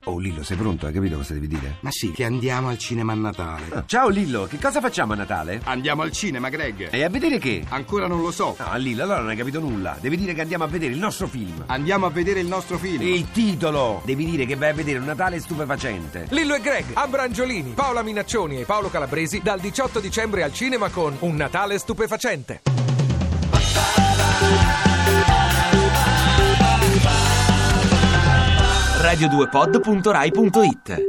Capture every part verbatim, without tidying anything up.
Oh Lillo, sei pronto? Hai capito cosa devi dire? Ma sì, che andiamo al cinema a Natale. Ah, ciao Lillo, che cosa facciamo a Natale? Andiamo al cinema, Greg. E a vedere che? Ancora non lo so. No, Lillo, allora non hai capito nulla. Devi dire che andiamo a vedere il nostro film. Andiamo a vedere il nostro film. Il titolo! Devi dire che vai a vedere un Natale stupefacente. Lillo e Greg, Ambra Angiolini, Paola Minaccioni e Paolo Calabresi dal diciotto dicembre al cinema con Un Natale stupefacente. radio due pod punto rai punto it.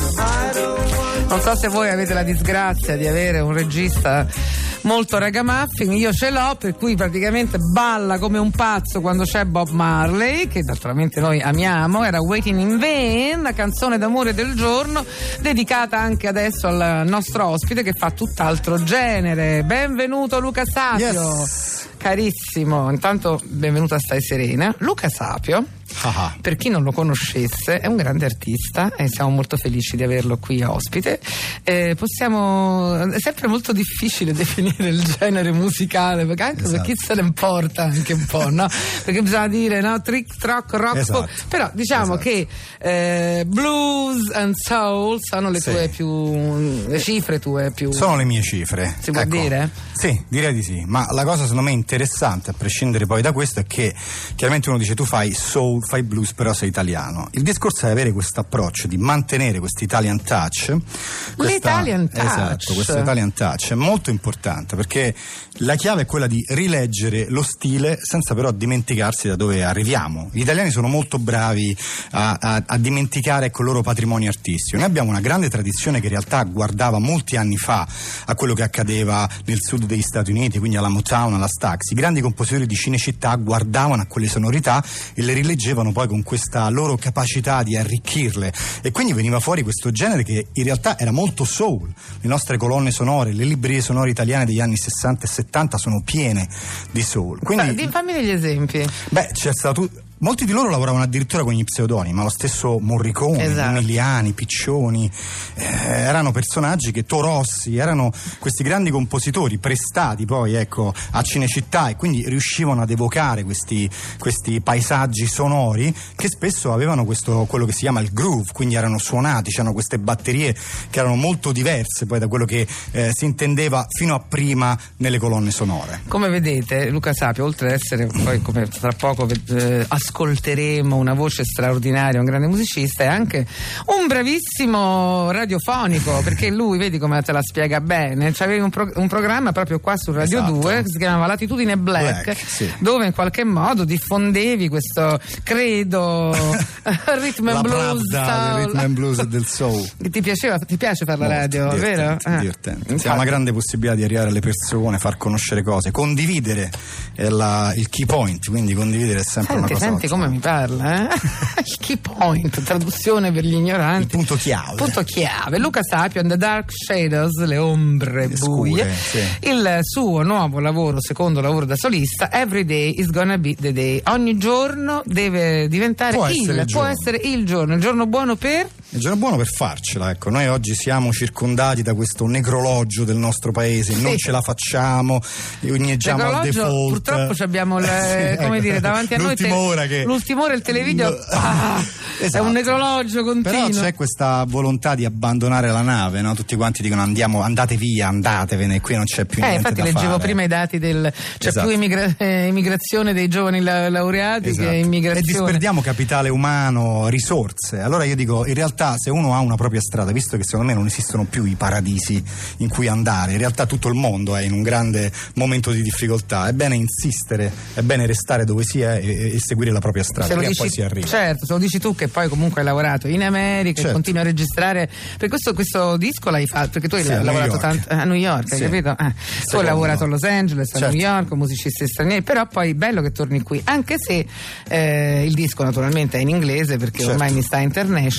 Non so se voi avete la disgrazia di avere un regista molto ragamuffin, io ce l'ho, per cui praticamente balla come un pazzo quando c'è Bob Marley, che naturalmente noi amiamo. Era Waiting in Vain, la canzone d'amore del giorno, dedicata anche adesso al nostro ospite che fa tutt'altro genere. Benvenuto Luca Sapio. Yes. Carissimo, intanto benvenuto a Stai Serena. Luca Sapio, Ah. per chi non lo conoscesse, è un grande artista e siamo molto felici di averlo qui ospite. Eh, possiamo, è sempre molto difficile definire il genere musicale, perché anche Esatto. per chi se ne importa anche un po', no? Perché bisogna dire, no? Trick, trock, rock, Esatto. pop. Però diciamo Esatto. che eh, blues and soul sono le Sì. tue più, le cifre tue più. Sono le mie cifre. Si può Ecco. dire? Sì, direi di sì. Ma la cosa secondo me interessante, a prescindere poi da questo, è che chiaramente uno dice tu fai soul, fai blues, però sei italiano. Il discorso è avere questo approccio di mantenere questo Italian touch. Questa, L'Italian touch. Esatto, questo Italian touch è molto importante, perché la chiave è quella di rileggere lo stile senza però dimenticarsi da dove arriviamo. Gli italiani sono molto bravi a, a, a dimenticare ecco, il loro patrimonio artistico. Noi abbiamo una grande tradizione che in realtà guardava molti anni fa a quello che accadeva nel sud degli Stati Uniti, quindi alla Motown, alla Stax. I grandi compositori di Cinecittà guardavano a quelle sonorità e le rileggevano poi con questa loro capacità di arricchirle, e quindi veniva fuori questo genere che in realtà era molto soul. Le nostre colonne sonore, le librerie sonore italiane degli anni sessanta e settanta sono piene di soul. Quindi, Fammi degli esempi. beh, c'è stato... Molti di loro lavoravano addirittura con gli pseudonimi, ma lo stesso Morricone, Esatto. Emiliani, Piccioni, eh, erano personaggi che Torossi, erano questi grandi compositori prestati poi ecco a Cinecittà, e quindi riuscivano ad evocare questi, questi paesaggi sonori che spesso avevano questo, quello che si chiama il groove, quindi erano suonati, c'erano queste batterie che erano molto diverse poi da quello che eh, si intendeva fino a prima nelle colonne sonore. Come vedete, Luca Sapio, oltre ad essere poi, come tra poco eh, ascolteremo, una voce straordinaria, un grande musicista, è anche un bravissimo radiofonico, perché lui, vedi come te la spiega bene, c'avevi un, pro- un programma proprio qua su Radio Esatto. due che si chiamava Latitudine Black, Black, sì. dove in qualche modo diffondevi questo credo rhythm and La blues, pravda del rhythm and blues e del soul. ti piaceva, ti piace fare la Molto radio, vero? divertente, Ah. divertente. Infatti. Si ha una grande possibilità di arrivare alle persone, far conoscere cose, condividere è la, il key point, quindi condividere è sempre Senti, una cosa senti ottima. come mi parla, eh? Il key point, traduzione per gli ignoranti. Il punto chiave. Punto chiave. Luca Sapio and the Dark Shadows, le ombre Le buie. scure, sì. Il suo nuovo lavoro, secondo lavoro da solista, Every Day is Gonna Be the Day. Ogni giorno deve diventare Può il, essere il può giorno. essere il giorno, il giorno buono per... Il giorno buono per farcela, ecco. Noi oggi siamo circondati da questo necrologio del nostro paese, Sì. non ce la facciamo, inneggiamo al L'orologio, default. purtroppo abbiamo il, Sì, come ecco. dire, davanti a noi l'ultima te- ora che l'ultima ora il televideo No. ah, è Esatto. un necrologio continuo. Però c'è questa volontà di abbandonare la nave, no? Tutti quanti dicono andiamo, andate via, andatevene, qui non c'è più Eh, niente infatti da leggevo fare. prima i dati del c'è Esatto. più immigra- eh, immigrazione dei giovani la- laureati Esatto. che E immigrazione. disperdiamo capitale umano, risorse. Allora io dico, in realtà se uno ha una propria strada, visto che secondo me non esistono più i paradisi in cui andare, in realtà tutto il mondo è in un grande momento di difficoltà, è bene insistere, è bene restare dove si è e, e seguire la propria strada, Se lo perché dici, poi si arriva. certo, se lo dici tu che poi comunque hai lavorato in America e Certo. continui a registrare, per questo, questo disco l'hai fatto, perché tu hai Sì, a New lavorato York. tanto a New York, hai Sì. capito? Eh, tu hai Secondo. lavorato a Los Angeles, a Certo. New York, con musicisti stranieri, però poi bello che torni qui, anche se eh, il disco naturalmente è in inglese perché Certo. ormai mi sta international, e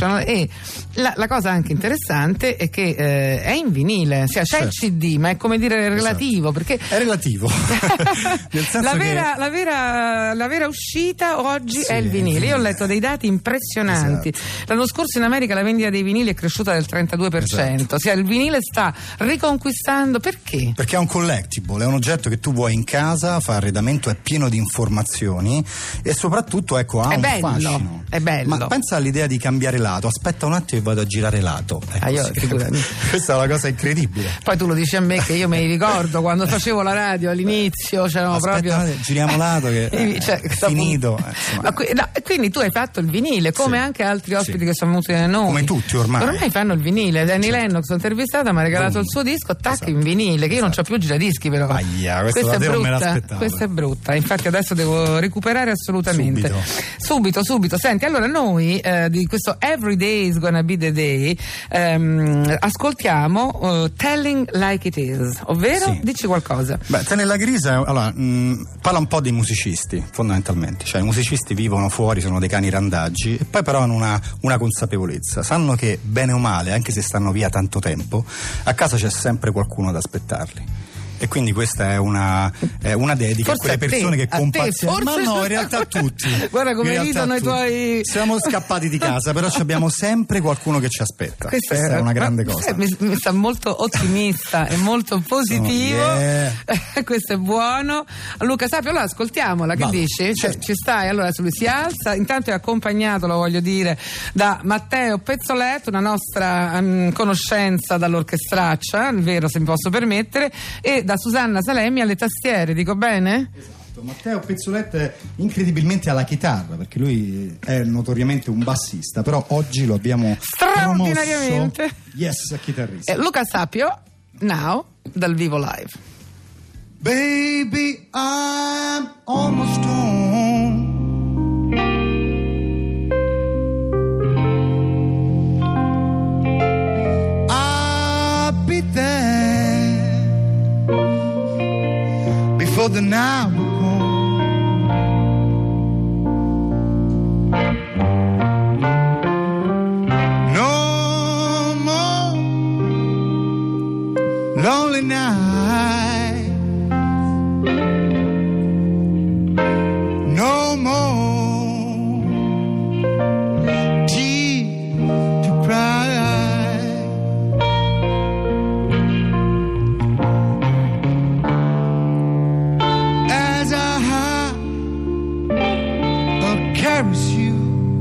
la, la cosa anche interessante è che eh, è in vinile, cioè c'è Certo. il C D, ma è come dire relativo, perché È relativo. Nel senso la, che- vera, la, vera, la vera uscita oggi Sì, è il è vinile. il Io ho vinile. letto dei dati impressionanti. Esatto. L'anno scorso in America la vendita dei vinili è cresciuta del trentadue per cento. Esatto. Cioè il vinile sta riconquistando, perché? Perché è un collectible, è un oggetto che tu vuoi in casa, fa arredamento, è pieno di informazioni e soprattutto ecco ha È un bello, fascino. è bello. Ma pensa all'idea di cambiare lato, aspetta un attimo e vado a girare lato. Ecco, Ah, io- sì. figurati. Questa è una cosa incredibile. Poi tu lo dici a me che io me li ricordo quando facevo la radio all'inizio, c'erano Aspetta, proprio un attimo, giriamo lato che Eh, cioè, è sta finito. appunto- eh, insomma. Ma qui- no, e quindi tu hai fatto il vinile, come Sì. anche altri ospiti Sì. che sono venuti da noi. Come tutti ormai. Ormai fanno il vinile. Danny Certo. Lennox, l'ho intervistata, mi ha regalato Boom. il suo disco, tac, Esatto. in vinile, che io non Esatto. c'ho più giradischi però. Ahia, questa questa è davvero non me brutta, l'aspettavo. questa è brutta. Infatti adesso devo recuperare assolutamente. Subito. Subito, subito. Senti, allora noi eh, di questo Every Day is Gonna Be the Day ehm, ascoltiamo eh, Telling Like It Is, ovvero Sì. dici qualcosa. Beh, Tenella Grisa allora, mh, parla un po' dei musicisti, fondamentalmente. Cioè, i musicisti vivono fuori, sono dei cani randaggi, e poi però hanno una, una consapevolezza. Sanno che, bene o male, anche se stanno via tanto tempo, a casa c'è sempre qualcuno ad aspettarli. E quindi questa è una, è una dedica Forse a quelle a te, persone che a te, compazientemente. Ma forse- no, in realtà a tutti. Guarda come In realtà ridono a i tutti. tuoi- Siamo scappati di casa, però ci abbiamo sempre qualcuno che ci aspetta. Questa, è una grande ma- cosa. Mi, mi sta molto ottimista e molto positivo. Oh, yeah. Questo è buono. Luca Sapio, allora ascoltiamola, che Vado, dici? Cioè, certo. ci stai? Allora lui si alza, intanto è accompagnato, lo voglio dire, da Matteo Pezzoletto, una nostra um, conoscenza dall'orchestraccia, vero se mi posso permettere, e da Susanna Salemmi alle tastiere, dico bene? Esatto. Matteo Pezzoletto è incredibilmente alla chitarra, perché lui è notoriamente un bassista, però oggi lo abbiamo Straordinariamente. promosso, yes, a chitarrista. E Luca Sapio, now, dal vivo live. Baby, I'm almost home. I'll be there before the night will come. No more lonely nights. No more tears to cry. As I uh, caress you,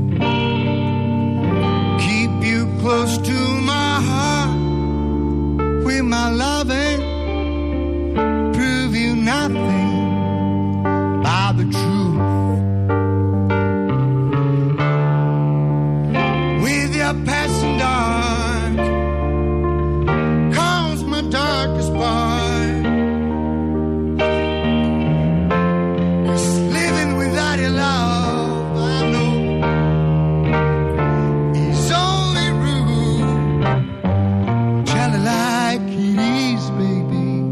keep you close to my heart with my loving, prove you nothing by the truth. With your passing dark comes my darkest part. 'Cause living without your love, I know, is only rude. Tell it like it is, baby.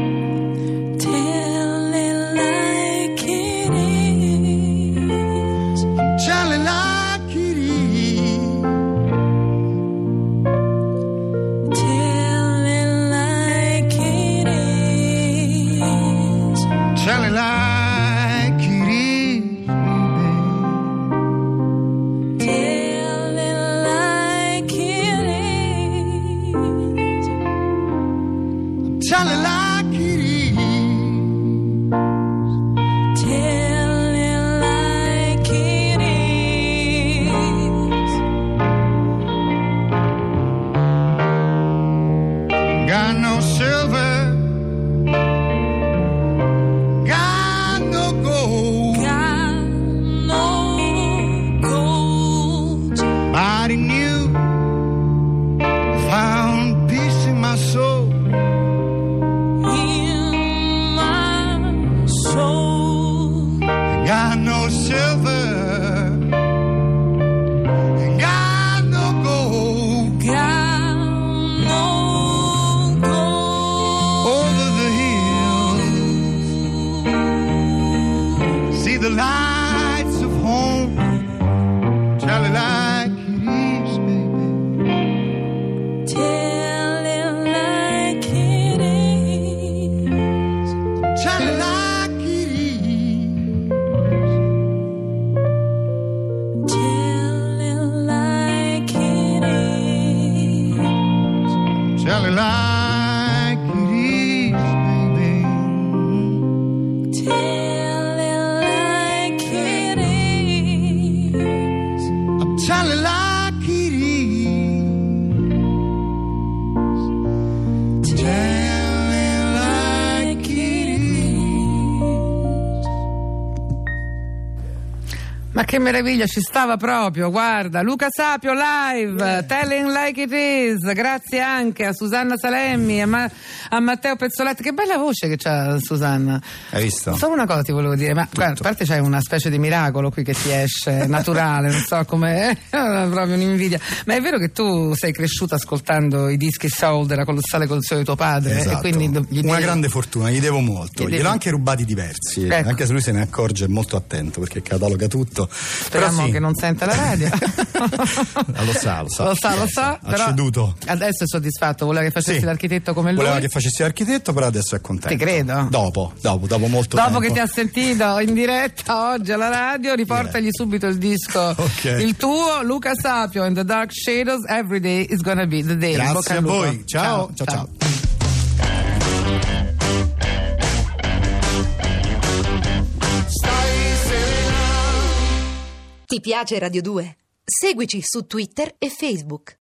Tell it like it is. Tell it like it is. like it is, baby. Tell it like it is. I'm telling like it is. Tell it like it is. Ma che meraviglia, ci stava proprio, guarda, Luca Sapio live, Telling Like It Is, grazie anche a Susanna Salemmi, a, Ma- a Matteo Pezzoletti, che bella voce che c'ha Susanna. Hai visto? Solo una cosa ti volevo dire, ma guarda, a parte c'hai una specie di miracolo qui che ti esce, naturale, non so come, proprio un'invidia, ma è vero che tu sei cresciuta ascoltando i dischi soul della colossale collezione di tuo padre, Esatto. e quindi gli una devi- grande fortà, gli devo molto. Gli devi- Gliel'ho anche rubati diversi, Ecco. anche se lui se ne accorge, è molto attento perché cataloga tutto. Speriamo Però sì. che non senta la radio. Ah, lo sa, lo sa. Lo sa, lo Eh, sa, Ha però ceduto. adesso è soddisfatto, voleva che facessi Sì. l'architetto come lui. Voleva che facessi l'architetto, però adesso è contento. Ti credo. Dopo, dopo, dopo molto Dopo tempo. che ti ha sentito in diretta oggi alla radio, riportagli subito il disco, Ok. il tuo Luca Sapio in The Dark Shadows, Every Day is Gonna Be the Day. Grazie Bocca a al lupo. voi. Ciao, ciao, ciao. Ti piace Radio due? Seguici su Twitter e Facebook.